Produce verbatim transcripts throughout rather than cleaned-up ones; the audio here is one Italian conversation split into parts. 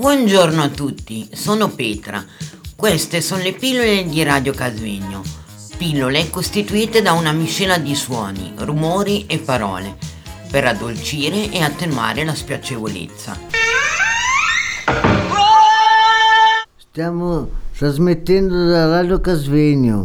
Buongiorno a tutti, sono Petra. Queste sono le pillole di Radio Casvegno. Pillole costituite da una miscela di suoni, rumori e parole per addolcire e attenuare la spiacevolezza. Stiamo trasmettendo da Radio Casvegno.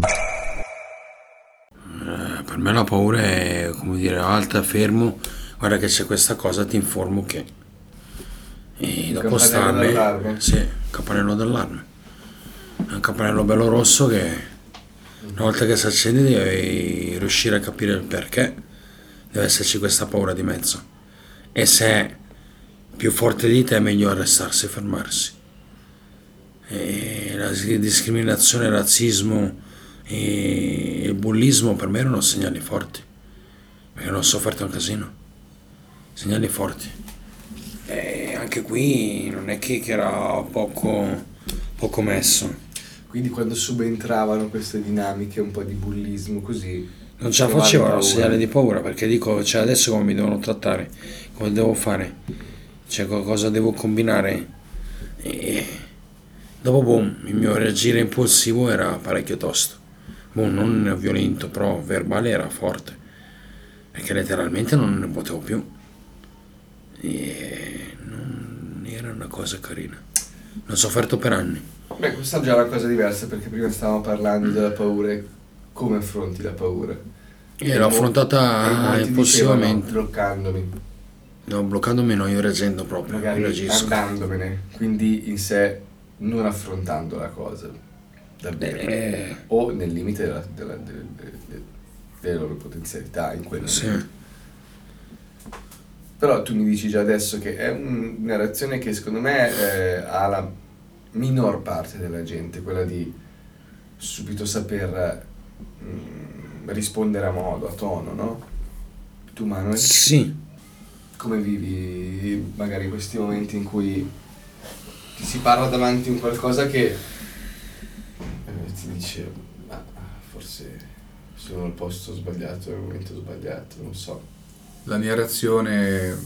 Eh, per me la paura è, come dire, alta, fermo. Guarda che c'è questa cosa, ti informo che e dopo starne, sì, campanello d'allarme, è un campanello bello rosso che una volta che si accende devi riuscire a capire il perché deve esserci questa paura di mezzo, e se è più forte di te è meglio arrestarsi e fermarsi. E la discriminazione, il razzismo e il bullismo per me erano segnali forti, perché non ho sofferto un casino, segnali forti. E anche qui non è che era poco, poco messo. Quindi quando subentravano queste dinamiche un po' di bullismo così, non ce la facevano, segnale di paura, perché dico, cioè adesso come mi devono trattare, come devo fare, cioè cosa devo combinare, e dopo boom, il mio reagire impulsivo era parecchio tosto, boom, non violento, però verbale era forte, perché letteralmente non ne potevo più. E non era una cosa carina, l'ho sofferto per anni. Beh, questa è già una cosa diversa, perché prima stavamo parlando della paura e come affronti la paura. E l'ho affrontata impulsivamente, bloccandomi no, bloccandomi no, io reagendo proprio, magari reagisco. Andandomene, quindi in sé non affrontando la cosa davvero, eh, o nel limite della, della, delle, delle, delle loro potenzialità in quello. Sì. Però tu mi dici già adesso che è un, una reazione che secondo me eh, ha la minor parte della gente, quella di subito saper mh, rispondere a modo, a tono, no? Tu, Manuel? Sì. Come vivi magari questi momenti in cui ti si parla davanti a un qualcosa che eh, ti dice ma forse sono al posto sbagliato, nel momento sbagliato, non so. La mia reazione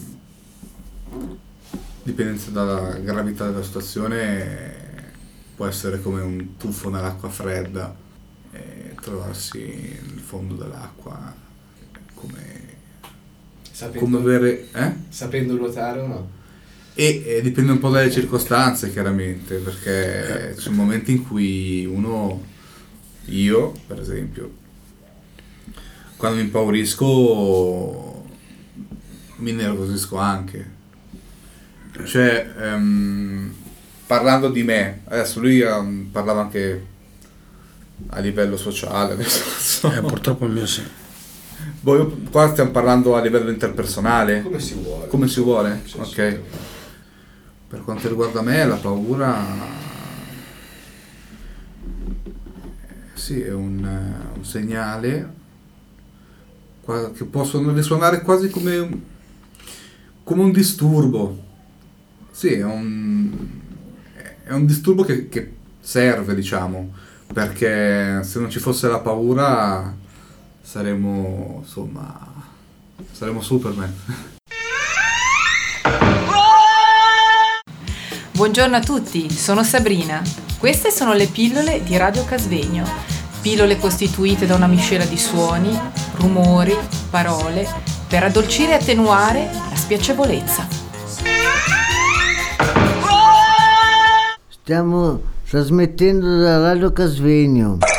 dipende dalla gravità della situazione, può essere come un tuffo nell'acqua fredda e trovarsi nel fondo dell'acqua come, sapendo, come avere eh? sapendo nuotare o no? E, e dipende un po' dalle circostanze, chiaramente, perché ci sono momenti in cui uno, io per esempio, quando mi impaurisco mi nervosisco anche, cioè um, parlando di me adesso, lui um, parlava anche a livello sociale adesso, so. eh, purtroppo il mio sì. Boh, qua stiamo parlando a livello interpersonale, come si vuole, come si vuole? Sì, ok, sì. Per quanto riguarda me la paura sì è un, un segnale che possono risuonare quasi come come un disturbo. Sì, è un, è un disturbo che, che serve, diciamo, perché se non ci fosse la paura saremmo, insomma, saremmo Superman. Buongiorno a tutti, sono Sabrina. Queste sono le pillole di Radio Casvegno. Pillole costituite da una miscela di suoni, rumori, parole per addolcire e attenuare la spiacevolezza. Stiamo trasmettendo da Radio Casvegno.